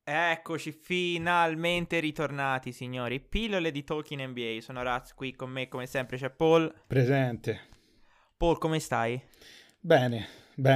Eccoci finalmente ritornati, signori. Pillole di Talking NBA. Sono Raz, qui con me come sempre c'è Paul. Presente. Paul, come stai? Bene,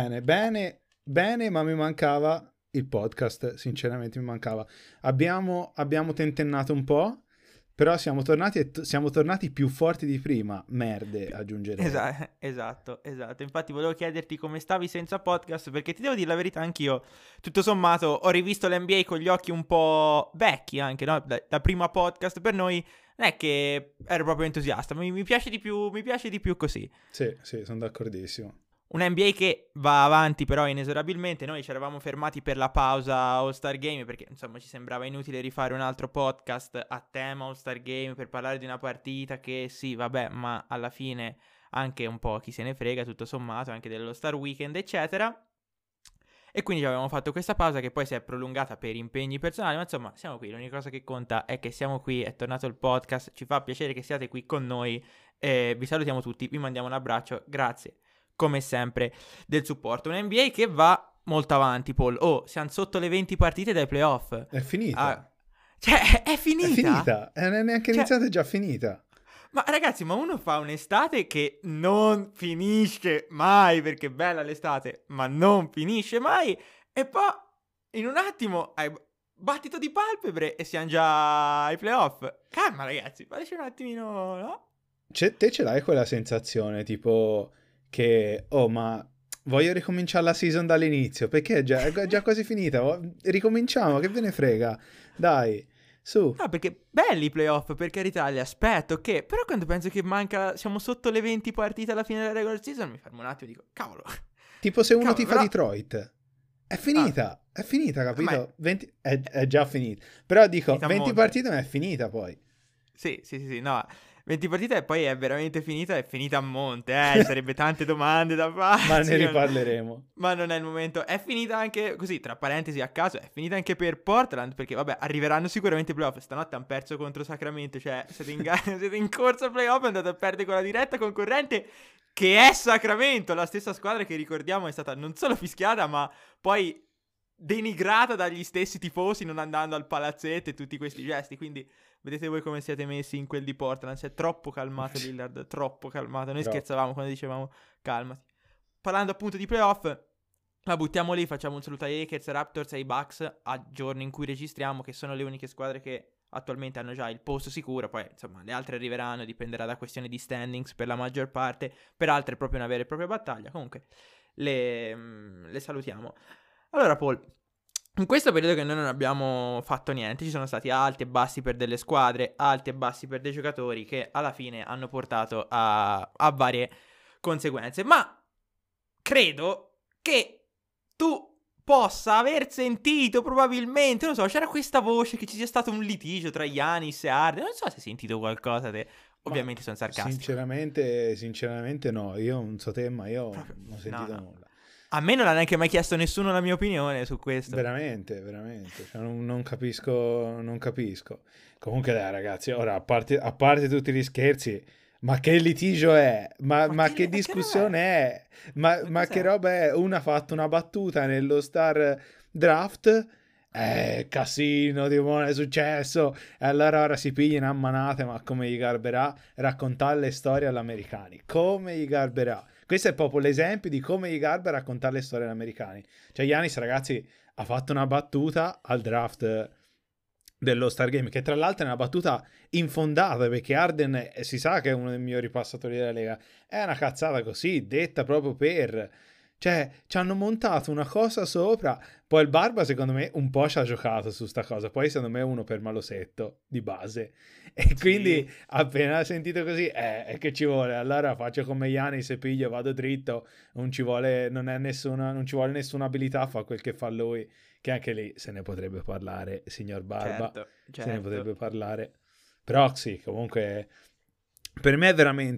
bene, ma mi mancava il podcast, sinceramente mi mancava. Abbiamo tentennato un po', però siamo tornati più forti di prima. Merde, aggiungerei. Esatto. Infatti volevo chiederti come stavi senza podcast, perché ti devo dire la verità, anch'io, tutto sommato, ho rivisto l'NBA con gli occhi un po' vecchi anche, no? Da prima podcast per noi non è che ero proprio entusiasta, ma mi piace di più così. Sì, sono d'accordissimo. Un NBA che va avanti però inesorabilmente. Noi ci eravamo fermati per la pausa All-Star Game perché insomma ci sembrava inutile rifare un altro podcast a tema All-Star Game per parlare di una partita che sì, vabbè, ma alla fine anche un po' chi se ne frega tutto sommato, anche dell'All-Star Weekend eccetera. E quindi avevamo fatto questa pausa che poi si è prolungata per impegni personali, ma insomma siamo qui, l'unica cosa che conta è che siamo qui, è tornato il podcast, ci fa piacere che siate qui con noi, vi salutiamo tutti, vi mandiamo un abbraccio, grazie come sempre del supporto. Un NBA che va molto avanti, Paul. Oh, siamo sotto le 20 partite dai playoff. È finita. Cioè, è finita? È finita. Non è neanche iniziata, è già finita. Ma ragazzi, ma uno fa un'estate che non finisce mai, perché è bella l'estate, ma non finisce mai, e poi in un attimo hai battito di palpebre e siamo già ai playoff. Calma ragazzi, fateci un attimino, no? Te ce l'hai quella sensazione, tipo che, oh, ma voglio ricominciare la season dall'inizio, perché è già quasi finita, ricominciamo, che ve ne frega, dai, su. No, perché belli i playoff, per carità, li aspetto, che però quando penso che manca, siamo sotto le 20 partite alla fine della regular season, mi fermo un attimo e dico, cavolo. Tipo se uno Cavolo, ti fa però... Detroit, Ah, è finita, ma capito? 20, è già finita, però dico, finita a 20 monte. partite ma è finita poi. Sì, no, 20 partite e poi è veramente finita, è finita a monte, ci sarebbe tante domande da Ma ne farsi, riparleremo. ma non è il momento. È finita anche, così, tra parentesi a caso, è finita anche per Portland, perché vabbè, arriveranno sicuramente i playoff, stanotte hanno perso contro Sacramento, cioè siete siete in corsa ai playoff, andate a perdere con la diretta concorrente, che è Sacramento, la stessa squadra che ricordiamo è stata non solo fischiata, ma poi denigrata dagli stessi tifosi non andando al palazzetto e tutti questi gesti, quindi... Vedete voi come siete messi in quel di Portland. Si è troppo calmato Lillard, troppo calmato. Noi Troppo. scherzavamo quando dicevamo calmati. Parlando appunto di playoff, la buttiamo lì, facciamo un saluto ai Lakers, ai Raptors e ai Bucks a giorni in cui registriamo, che sono le uniche squadre che attualmente hanno già il posto sicuro. Poi insomma le altre arriveranno, dipenderà da questione di standings per la maggior parte. Per altre è proprio una vera e propria battaglia. Comunque le salutiamo. Allora Paul, in questo periodo che noi non abbiamo fatto niente, ci sono stati alti e bassi per delle squadre, alti e bassi per dei giocatori che alla fine hanno portato a varie conseguenze. Ma credo che tu possa aver sentito probabilmente, non so, c'era questa voce che ci sia stato un litigio tra Giannis e Harden, non so se hai sentito qualcosa te. Ma Ovviamente sono sarcastico. sinceramente no, io non so te, ma io Proprio, non ho no, sentito no. nulla. A me non ha neanche mai chiesto nessuno la mia opinione su questo. Veramente, cioè, non capisco. Comunque dai ragazzi, ora a parte tutti gli scherzi, ma che litigio è? Ma che Che roba discussione è? è? Ma Ma che cos'è? roba è? Una ha fatto una battuta nello Star Draft, casino, di buono è successo, e allora ora si pigliano a manate, ma come gli garberà raccontare le storie agli americani? Come gli garberà? Questo è proprio l'esempio di come gli garba raccontare le storie agli americani. Cioè Giannis, ragazzi, ha fatto una battuta al draft dello Star Game, che tra l'altro è una battuta infondata, perché Harden si sa che è uno dei migliori passatori della Lega. È una cazzata così, detta proprio per... Cioè, ci hanno montato una cosa sopra. Poi il Barba, secondo me, un po' ci ha giocato su sta cosa. Poi, secondo me, è uno per malosetto, di base. E quindi, Sì. appena sentito così, è che ci vuole. Allora faccio come Giannis e piglio, vado dritto. Non ci vuole, non ci vuole nessuna abilità a fare quel che fa lui. Che anche lì se ne potrebbe parlare, signor Barba. Se ne potrebbe Certo. parlare. Però sì, comunque per me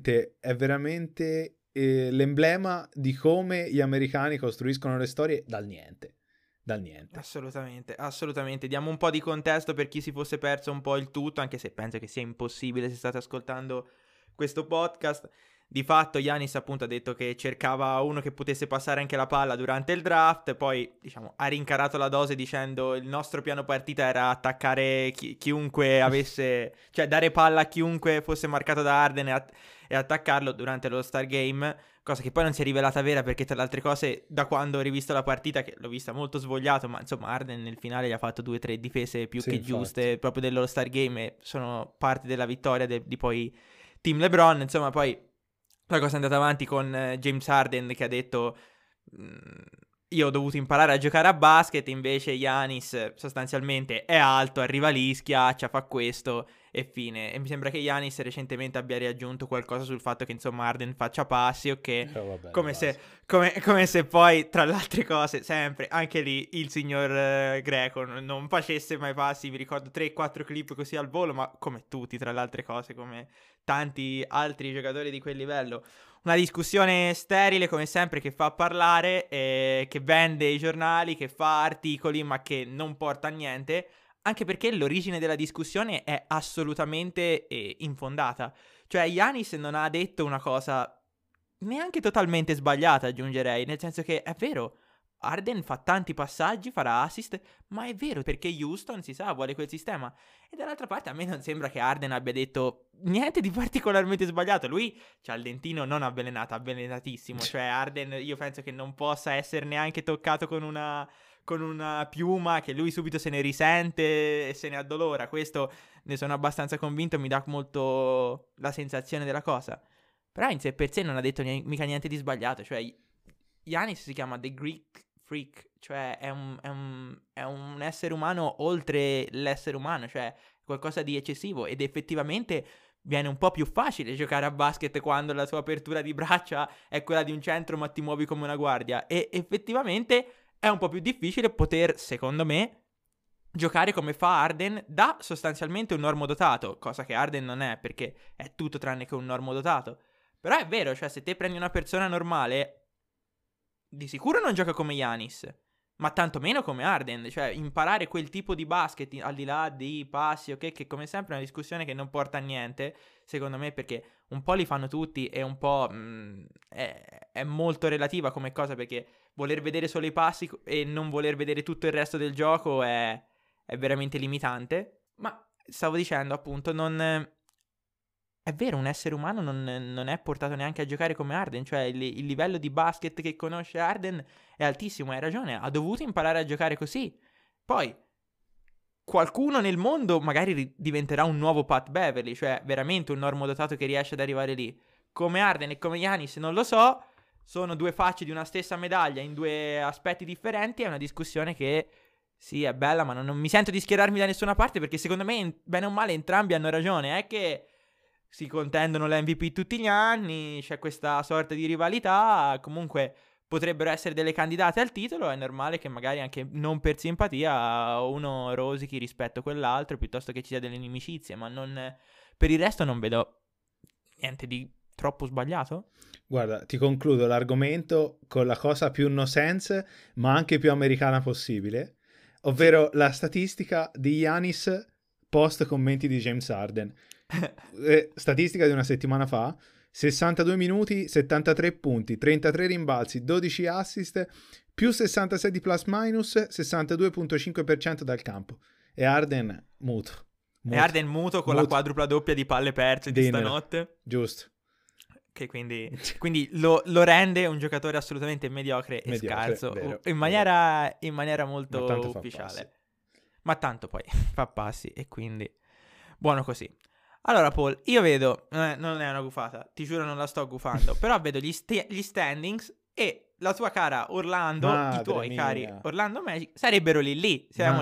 è veramente l'emblema di come gli americani costruiscono le storie dal niente. Dal niente. Assolutamente. Diamo un po' di contesto per chi si fosse perso un po' il tutto, anche se penso che sia impossibile se state ascoltando questo podcast. Di fatto Giannis appunto ha detto che cercava uno che potesse passare anche la palla durante il draft, poi diciamo ha rincarato la dose dicendo il nostro piano partita era attaccare chiunque avesse, cioè dare palla a chiunque fosse marcato da Harden e attaccarlo durante lo Star Game, cosa che poi non si è rivelata vera perché tra le altre cose da quando ho rivisto la partita, che l'ho vista molto svogliato, ma insomma Harden nel finale gli ha fatto 2 o 3 difese più Sì, che infatti. giuste proprio dello Star Game e sono parte della vittoria di poi Team LeBron, insomma poi la cosa è andata avanti con James Harden che ha detto io ho dovuto imparare a giocare a basket, invece Giannis sostanzialmente è alto, arriva lì, schiaccia, fa questo e fine. E mi sembra che Giannis recentemente abbia riaggiunto qualcosa sul fatto che insomma Harden faccia passi o che Vabbè, come se poi tra le altre cose sempre anche lì il signor Greco non facesse mai passi. Mi ricordo 3-4 clip così al volo, ma come tutti tra le altre cose, come tanti altri giocatori di quel livello. Una discussione sterile come sempre che fa parlare, che vende i giornali, che fa articoli ma che non porta a niente, anche perché l'origine della discussione è assolutamente infondata. Cioè Giannis non ha detto una cosa neanche totalmente sbagliata, aggiungerei, nel senso che è vero, Harden fa tanti passaggi, farà assist, ma è vero perché Houston, si sa, vuole quel sistema. E dall'altra parte a me non sembra che Harden abbia detto niente di particolarmente sbagliato. Lui c'ha il dentino non avvelenato, avvelenatissimo. Cioè Harden io penso che non possa essere neanche toccato con una piuma, che lui subito se ne risente e se ne addolora. Questo ne sono abbastanza convinto, mi dà molto la sensazione della cosa. Però in sé per sé non ha detto mica niente di sbagliato. Cioè Giannis si chiama The Greek Freak, cioè è un essere umano oltre l'essere umano, cioè qualcosa di eccessivo, ed effettivamente viene un po' più facile giocare a basket quando la tua apertura di braccia è quella di un centro ma ti muovi come una guardia, e effettivamente è un po' più difficile poter, secondo me, giocare come fa Harden da sostanzialmente un normodotato, cosa che Harden non è perché è tutto tranne che un normodotato. Però è vero, cioè se te prendi una persona normale di sicuro non gioca come Giannis, ma tantomeno come Harden. Cioè imparare quel tipo di basket al di là di passi, ok, che come sempre è una discussione che non porta a niente, secondo me, perché un po' li fanno tutti e un po' è molto relativa come cosa, perché voler vedere solo i passi e non voler vedere tutto il resto del gioco è veramente limitante. Ma stavo dicendo appunto, non... È vero, un essere umano non è portato neanche a giocare come Harden, cioè il livello di basket che conosce Harden è altissimo, hai ragione, ha dovuto imparare a giocare così. Poi, qualcuno nel mondo magari diventerà un nuovo Pat Beverly, cioè veramente un normodotato che riesce ad arrivare lì. Come Harden e come Giannis non lo so, sono due facce di una stessa medaglia in due aspetti differenti, è una discussione che... Sì, è bella, ma non mi sento di schierarmi da nessuna parte perché secondo me, bene o male, entrambi hanno ragione. È che si contendono l'MVP tutti gli anni, c'è questa sorta di rivalità, comunque potrebbero essere delle candidate al titolo, è normale che magari anche non per simpatia uno rosichi rispetto a quell'altro piuttosto che ci sia delle inimicizie, ma non, per il resto non vedo niente di troppo sbagliato. Guarda, ti concludo l'argomento con la cosa più no sense, ma anche più americana possibile, ovvero la statistica di Giannis post commenti di James Harden. Statistica di una settimana fa: 62 minuti, 73 punti, 33 rimbalzi, 12 assist, più 66 di plus minus, 62,5% dal campo. E Harden muto. E Harden muto con la quadrupla doppia di palle perse di stanotte. Giusto. Che quindi lo rende un giocatore assolutamente mediocre e scarso, vero, in maniera molto ufficiale. Ma tanto poi fa passi e quindi buono così. Allora Paul, io vedo, non è una gufata, ti giuro non la sto gufando, però vedo gli standings e la tua cara Orlando, i tuoi cari Orlando Magic sarebbero lì, siamo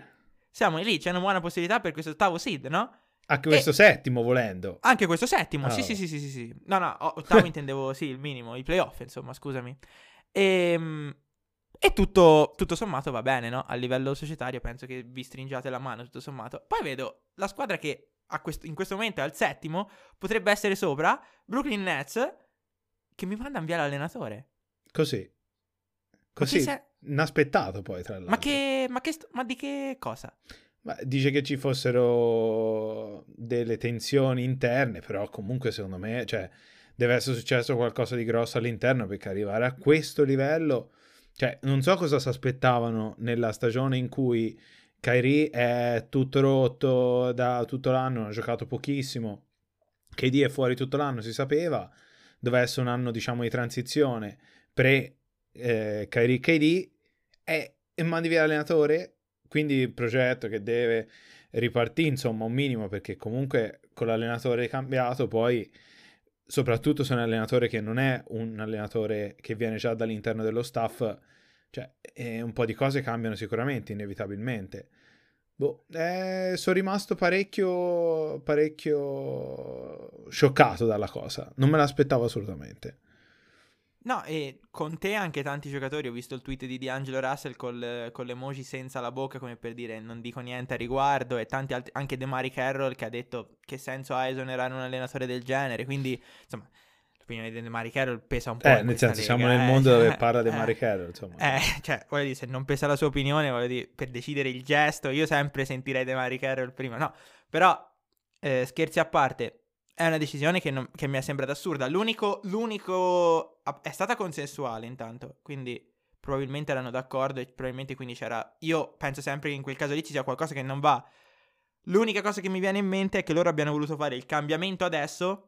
lì, c'è una buona possibilità per questo ottavo seed, no? Anche questo settimo, volendo. Anche questo settimo, sì. No, ottavo intendevo, sì, il minimo, i playoff, insomma, scusami. E tutto sommato va bene, no? A livello societario penso che vi stringiate la mano, tutto sommato. Poi vedo la squadra che in questo momento è al settimo, potrebbe essere sopra, Brooklyn Nets, che mi manda via l'allenatore. Così, inaspettato poi, tra l'altro. Ma di che cosa? Ma dice che ci fossero delle tensioni interne, però comunque secondo me, cioè, deve essere successo qualcosa di grosso all'interno, perché arrivare a questo livello, cioè non so cosa si aspettavano nella stagione in cui Kyrie è tutto rotto da tutto l'anno, ha giocato pochissimo, KD è fuori tutto l'anno, si sapeva, doveva essere un anno diciamo di transizione pre Kyrie KD, e mandi via l'allenatore, quindi il progetto che deve ripartire insomma un minimo, perché comunque con l'allenatore cambiato poi, soprattutto se è un allenatore che non è un allenatore che viene già dall'interno dello staff, cioè un po' di cose cambiano sicuramente, inevitabilmente. Boh, sono rimasto parecchio scioccato dalla cosa, non me l'aspettavo assolutamente. No, e con te anche tanti giocatori, ho visto il tweet di D'Angelo Russell con l'emoji senza la bocca, come per dire non dico niente a riguardo, e tanti altri, anche DeMari Carroll che ha detto che senso ha esonerare un allenatore del genere, quindi insomma l'opinione di DeMari Carroll pesa un po' in Nel questa senso, lega, siamo nel mondo dove parla di Mari Carroll, insomma. cioè, voglio dire, se non pesa la sua opinione, voglio dire, per decidere il gesto, io sempre sentirei DeMari Carroll prima, no, però scherzi a parte, è una decisione che mi è sembrata assurda. L'unico è stata consensuale intanto, quindi probabilmente erano d'accordo e probabilmente quindi c'era. Io penso sempre che in quel caso lì ci sia qualcosa che non va. L'unica cosa che mi viene in mente è che loro abbiano voluto fare il cambiamento adesso,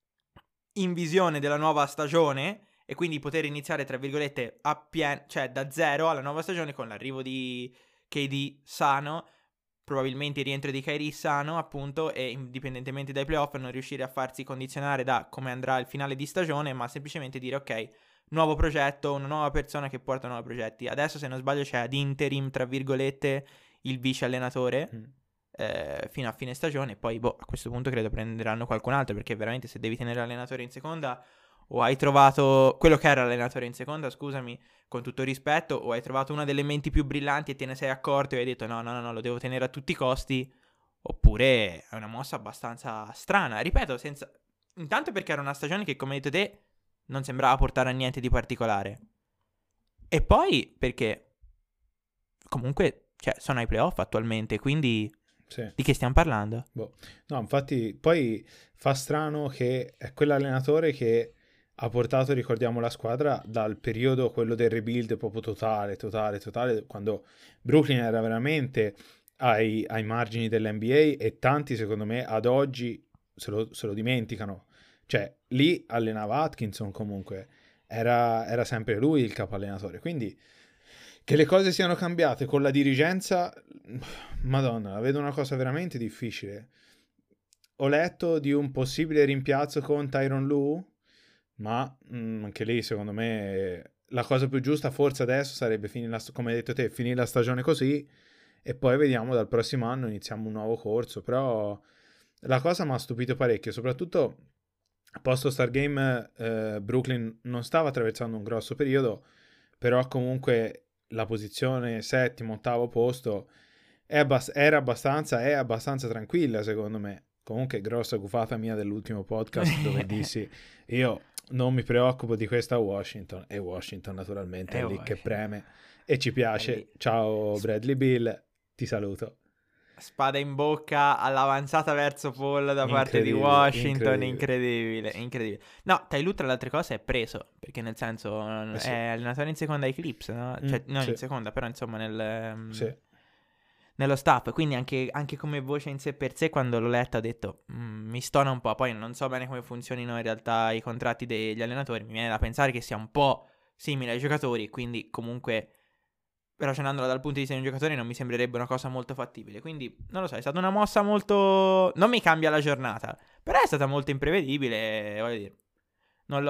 in visione della nuova stagione, e quindi poter iniziare tra virgolette cioè da zero alla nuova stagione con l'arrivo di KD sano, probabilmente il rientro di Kyrie sano, appunto, e indipendentemente dai playoff non riuscire a farsi condizionare da come andrà il finale di stagione, ma semplicemente dire ok, nuovo progetto, una nuova persona che porta nuovi progetti. Adesso, se non sbaglio, c'è ad interim, tra virgolette, il vice allenatore fino a fine stagione. Poi a questo punto credo prenderanno qualcun altro, perché veramente se devi tenere l'allenatore in seconda, o hai trovato quello che era l'allenatore in seconda, scusami, con tutto rispetto, o hai trovato una delle menti più brillanti e te ne sei accorto e hai detto no, lo devo tenere a tutti i costi, oppure è una mossa abbastanza strana, ripeto, intanto perché era una stagione che, come hai detto te, non sembrava portare a niente di particolare, e poi perché comunque, cioè, sono ai playoff attualmente, quindi Sì. di che stiamo parlando? Boh. No, infatti poi fa strano che è quell'allenatore che ha portato, ricordiamo, la squadra dal periodo quello del rebuild proprio totale, quando Brooklyn era veramente ai margini dell'NBA, e tanti secondo me ad oggi se lo dimenticano. Cioè lì allenava Atkinson, comunque era sempre lui il capo allenatore, quindi che le cose siano cambiate con la dirigenza, Madonna, la vedo una cosa veramente difficile. Ho letto di un possibile rimpiazzo con Tyronn Lue, ma anche lì secondo me la cosa più giusta forse adesso sarebbe come hai detto te, finire la stagione così, e poi vediamo dal prossimo anno iniziamo un nuovo corso. Però la cosa mi ha stupito parecchio, soprattutto post Star Game. Brooklyn non stava attraversando un grosso periodo, però comunque la posizione settimo, ottavo posto è abbastanza tranquilla, secondo me. Comunque grossa gufata mia dell'ultimo podcast dove dissi io non mi preoccupo di questa Washington, e Washington naturalmente è lì che preme e ci piace. Ciao Bradley Beal, ti saluto. Spada in bocca all'avanzata verso Paul da parte di Washington, incredibile. No, Ty Lue tra le altre cose è preso, perché nel senso Sì. è allenatore in seconda ai Clips, no? Cioè, non sì. in seconda, però insomma Sì. nello staff, quindi anche come voce in sé per sé, quando l'ho letta ho detto mi stona un po'. Poi non so bene come funzionino in realtà i contratti degli allenatori, mi viene da pensare che sia un po' simile ai giocatori, quindi comunque ragionandola dal punto di vista di un giocatore non mi sembrerebbe una cosa molto fattibile. Quindi non lo so, è stata una mossa molto, non mi cambia la giornata, però è stata molto imprevedibile, voglio dire, non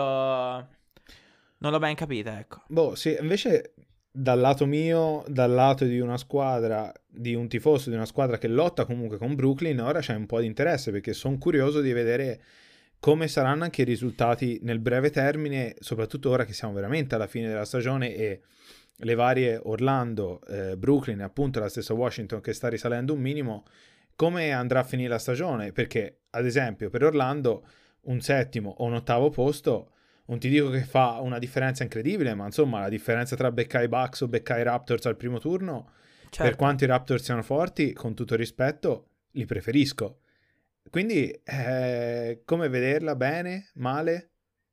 l'ho ben capita, ecco. Boh, sì, invece dal lato mio, dal lato di una squadra, di un tifoso di una squadra che lotta comunque con Brooklyn, ora c'è un po' di interesse, perché sono curioso di vedere come saranno anche i risultati nel breve termine, soprattutto ora che siamo veramente alla fine della stagione e le varie Orlando, Brooklyn e appunto la stessa Washington che sta risalendo un minimo, come andrà a finire la stagione, perché ad esempio per Orlando un settimo o un ottavo posto non ti dico che fa una differenza incredibile, ma insomma la differenza tra beccare i Bucks o beccare i Raptors al primo turno, Certo. per quanto i Raptors siano forti, con tutto rispetto, li preferisco. Quindi come vederla? Bene? Male?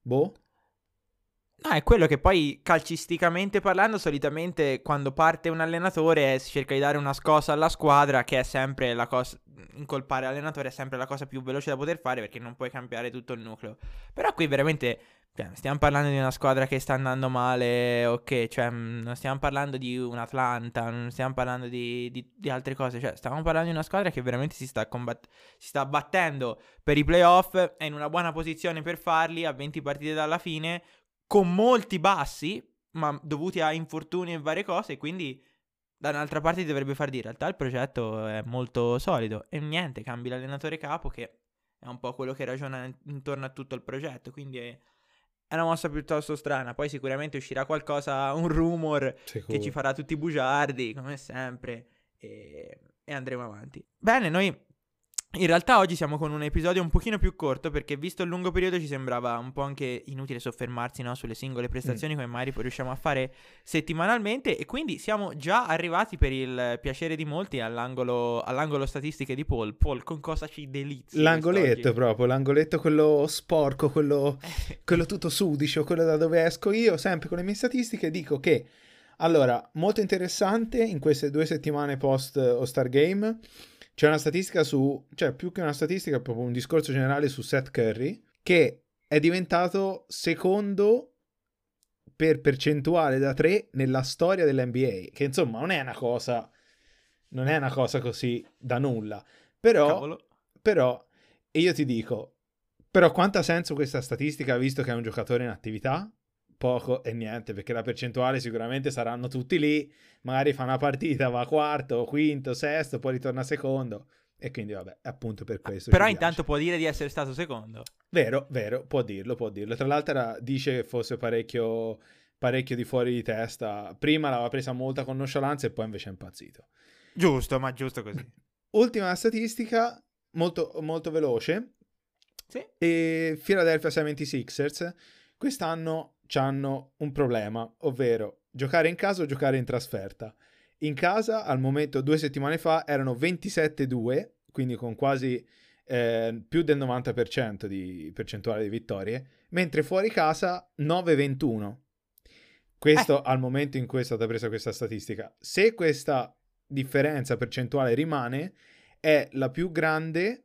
Boh. No, è quello che poi calcisticamente parlando, solitamente quando parte un allenatore si cerca di dare una scossa alla squadra, che è sempre la cosa, incolpare l'allenatore è sempre la cosa più veloce da poter fare perché non puoi cambiare tutto il nucleo. Però qui veramente, cioè, stiamo parlando di una squadra che sta andando male, ok, cioè non stiamo parlando di un Atlanta, non stiamo parlando di altre cose, cioè stiamo parlando di una squadra che veramente si sta battendo per i playoff, è in una buona posizione per farli a 20 partite dalla fine, con molti bassi, ma dovuti a infortuni e varie cose, quindi da un'altra parte ti dovrebbe far dire, in realtà il progetto è molto solido, e niente, cambi l'allenatore capo che è un po' quello che ragiona intorno a tutto il progetto, quindi è una mossa piuttosto strana. Poi sicuramente uscirà qualcosa, un rumor che ci farà tutti bugiardi, come sempre, e andremo avanti. Bene, noi in realtà oggi siamo con un episodio un pochino più corto perché visto il lungo periodo ci sembrava un po' anche inutile soffermarsi, no, sulle singole prestazioni come magari poi riusciamo a fare settimanalmente, e quindi siamo già arrivati, per il piacere di molti, all'angolo statistiche di Paul. Paul, con cosa ci delizi L'angoletto quest'oggi? proprio, l'angoletto quello sporco, quello tutto sudicio, quello da dove esco io, sempre con le mie statistiche, dico che, allora, molto interessante in queste 2 settimane post All-Star Game, c'è una statistica cioè più che una statistica, è proprio un discorso generale su Seth Curry, che è diventato secondo per percentuale da 3 nella storia dell'NBA, che insomma non è una cosa così da nulla, però, e io ti dico, però quanto ha senso questa statistica visto che è un giocatore in attività? Poco e niente, perché la percentuale sicuramente saranno tutti lì, magari fa una partita, va quarto, quinto, sesto, poi ritorna secondo, e quindi vabbè, appunto per questo Però ci intanto piace. può dire di essere stato secondo. Vero, può dirlo. Tra l'altro dice che fosse parecchio di fuori di testa, prima l'aveva presa molta con nonchalance e poi invece è impazzito. Giusto, ma giusto così. Ultima statistica, molto, molto veloce. Sì. E Philadelphia 76ers quest'anno hanno un problema, ovvero giocare in casa o giocare in trasferta. In casa al momento 2 settimane fa erano 27-2, quindi con quasi più del 90% di percentuale di vittorie, mentre fuori casa 9-21. Questo al momento in cui è stata presa questa statistica. Se questa differenza percentuale rimane, è la più grande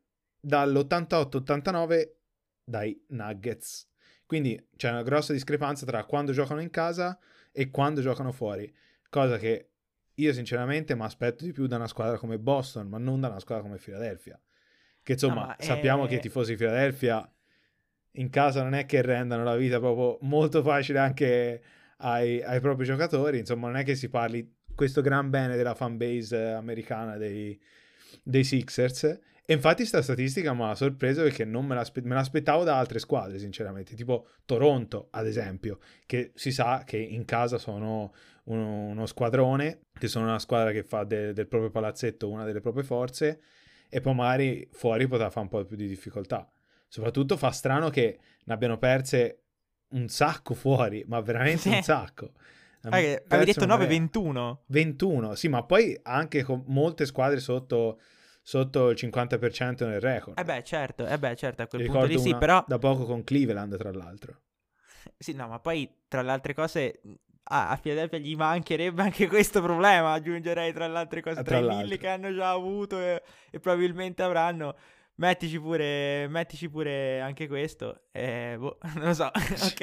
dall'88-89 dai Nuggets. Quindi c'è una grossa discrepanza tra quando giocano in casa e quando giocano fuori, cosa che io sinceramente mi aspetto di più da una squadra come Boston, ma non da una squadra come Philadelphia, che insomma No, sappiamo che i tifosi di Philadelphia in casa non è che rendano la vita proprio molto facile anche ai propri giocatori, insomma non è che si parli questo gran bene della fanbase americana dei Sixers. E infatti sta statistica mi ha sorpreso perché non me l'aspettavo da altre squadre sinceramente, tipo Toronto ad esempio, che si sa che in casa sono uno squadrone, che sono una squadra che fa del proprio palazzetto una delle proprie forze, e poi magari fuori potrà fare un po' più di difficoltà. Soprattutto fa strano che ne abbiano perse un sacco fuori, ma veramente un sacco. Avevi detto 9-21. 21, sì, ma poi anche con molte squadre sotto il 50% nel record. Certo, a quel Ricordo punto lì sì, però da poco con Cleveland, tra l'altro. sì, no, ma poi tra le altre cose a Philadelphia gli mancherebbe anche questo problema, aggiungerei tra le altre cose, tra i 1000 che hanno già avuto e probabilmente avranno. Mettici pure anche questo. Non lo so.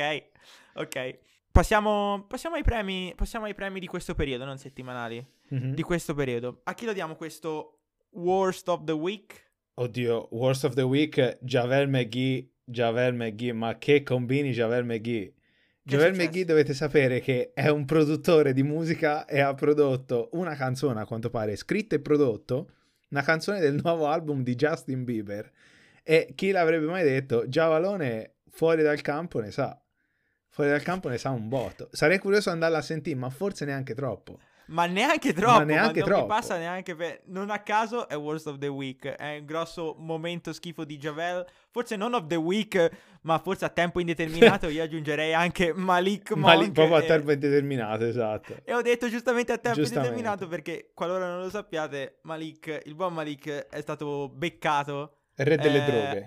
Ok. Passiamo ai premi di questo periodo, non settimanali. Mm-hmm. Di questo periodo. A chi lo diamo questo Worst of the Week? Oddio, Worst of the Week, Javel McGee, ma che combini Javel McGee? Javel McGee dovete sapere che è un produttore di musica e ha prodotto una canzone, a quanto pare, scritto e prodotto, una canzone del nuovo album di Justin Bieber. E chi l'avrebbe mai detto? Giavalone fuori dal campo ne sa. Fuori dal campo ne sa un botto. Sarei curioso di andarla a sentire, ma forse neanche troppo. Ma neanche troppo, non mi passa neanche per... Non a caso è Worst of the Week, è un grosso momento schifo di Javel, forse non of the week, ma forse a tempo indeterminato. Io aggiungerei anche Malik Monk. Proprio a tempo indeterminato, esatto. E ho detto giustamente a tempo indeterminato perché, qualora non lo sappiate, il buon Malik è stato beccato. Re delle droghe.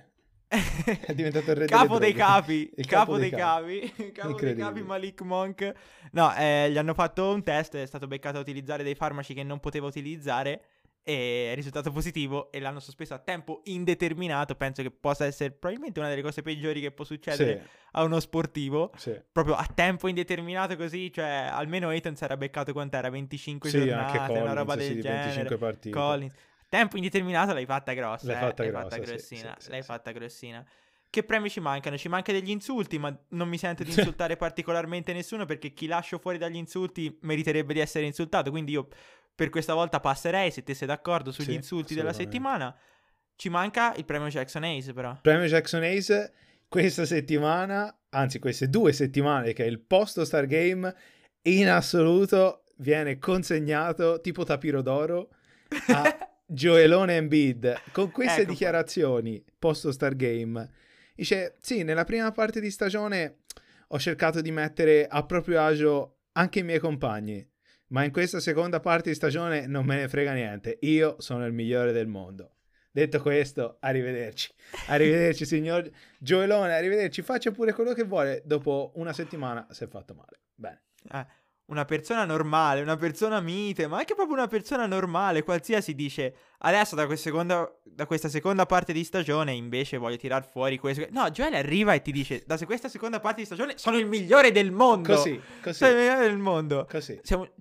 È diventato il re capo delle dei droghe. capi, Il capo dei capi, capo dei Incredibile. capi Malik Monk. No, gli hanno fatto un test, è stato beccato a utilizzare dei farmaci che non poteva utilizzare e è risultato positivo e l'hanno sospeso a tempo indeterminato. Penso che possa essere probabilmente una delle cose peggiori che può succedere Sì, a uno sportivo. sì. Proprio a tempo indeterminato così, cioè almeno Ayton si era beccato quant'era, 25 Sì, anche giornate, una roba Collins, sì, del di genere. 25 partite. Collins. Tempo indeterminato l'hai fatta grossa, L'hai fatta l'hai grossa, fatta sì, grossina, sì, l'hai sì. fatta grossina. Che premi ci mancano? Ci manca degli insulti, ma non mi sento di insultare particolarmente nessuno perché chi lascio fuori dagli insulti meriterebbe di essere insultato, quindi io per questa volta passerei, se te sei d'accordo, sugli Sì, insulti della assolutamente. settimana. Ci manca il premio Jackson Hayes, però. Premio Jackson Hayes questa settimana, anzi queste 2 settimane, che è il post Star Game, in assoluto viene consegnato tipo tapiro d'oro a Joelone Embiid con queste Ecco qua. dichiarazioni post Star Game. Dice: sì, nella prima parte di stagione ho cercato di mettere a proprio agio anche i miei compagni, ma in questa seconda parte di stagione non me ne frega niente, io sono il migliore del mondo. Detto questo, arrivederci. Arrivederci, signor Joelone, arrivederci. Faccia pure quello che vuole. Dopo una settimana si è fatto male. Bene. Una persona normale, una persona mite, ma anche proprio una persona normale, qualsiasi dice adesso da questa seconda parte di stagione invece voglio tirar fuori questo. No, Joel arriva e ti dice da questa seconda parte di stagione sono il migliore del mondo. Così. Sono il migliore del mondo. Così.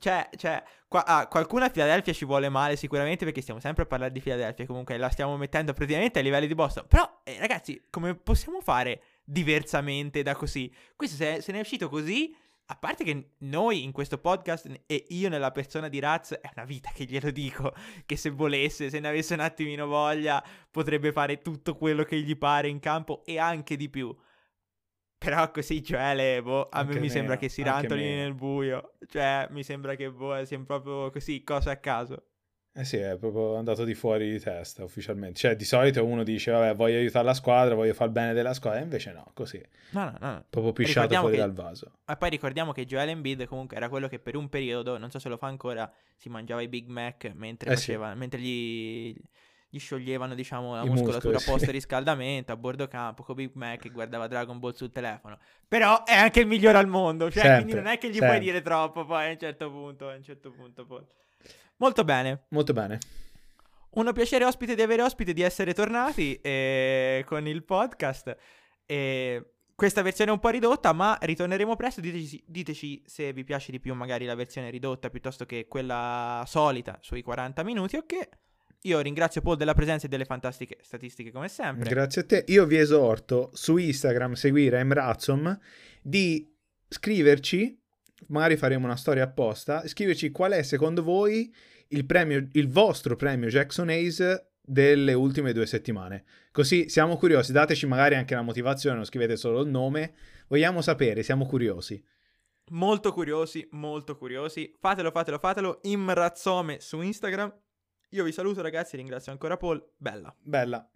Qualcuno a Philadelphia ci vuole male sicuramente perché stiamo sempre a parlare di Philadelphia, comunque la stiamo mettendo praticamente ai livelli di Boston. Però ragazzi, come possiamo fare diversamente da così? Questo se ne è uscito così. A parte che noi in questo podcast e io nella persona di Raz è una vita che glielo dico, che se volesse, se ne avesse un attimino voglia, potrebbe fare tutto quello che gli pare in campo e anche di più. Però così, cioè, a me mi sembra che si rantoli nel buio. Cioè, mi sembra che siano proprio così, cose a caso. Eh sì, è proprio andato di fuori di testa ufficialmente. Cioè, di solito uno dice, vabbè, voglio aiutare la squadra, voglio fare il bene della squadra, e invece no, così. No. Proprio pisciato fuori dal vaso. E poi ricordiamo che Joel Embiid comunque era quello che per un periodo, non so se lo fa ancora, si mangiava i Big Mac mentre mentre gli scioglievano, diciamo, la muscolatura post riscaldamento a bordo campo con Big Mac e guardava Dragon Ball sul telefono. Però è anche il migliore al mondo, cioè sempre, quindi non è che gli puoi dire troppo poi a un certo punto poi. Molto bene. Molto bene. Un piacere di essere tornati con il podcast. Questa versione è un po' ridotta, ma ritorneremo presto. Diteci se vi piace di più magari la versione ridotta piuttosto che quella solita sui 40 minuti. Ok. Io ringrazio Paul della presenza e delle fantastiche statistiche come sempre. Grazie a te. Io vi esorto su Instagram seguire Emrazom di scriverci, magari faremo una storia apposta, scriverci qual è secondo voi il vostro premio Jackson Hayes delle ultime 2 settimane. Così siamo curiosi, dateci magari anche la motivazione, non scrivete solo il nome, vogliamo sapere, siamo curiosi. Molto curiosi. Fatelo. Imrazzome su Instagram. Io vi saluto ragazzi, ringrazio ancora Paul. Bella.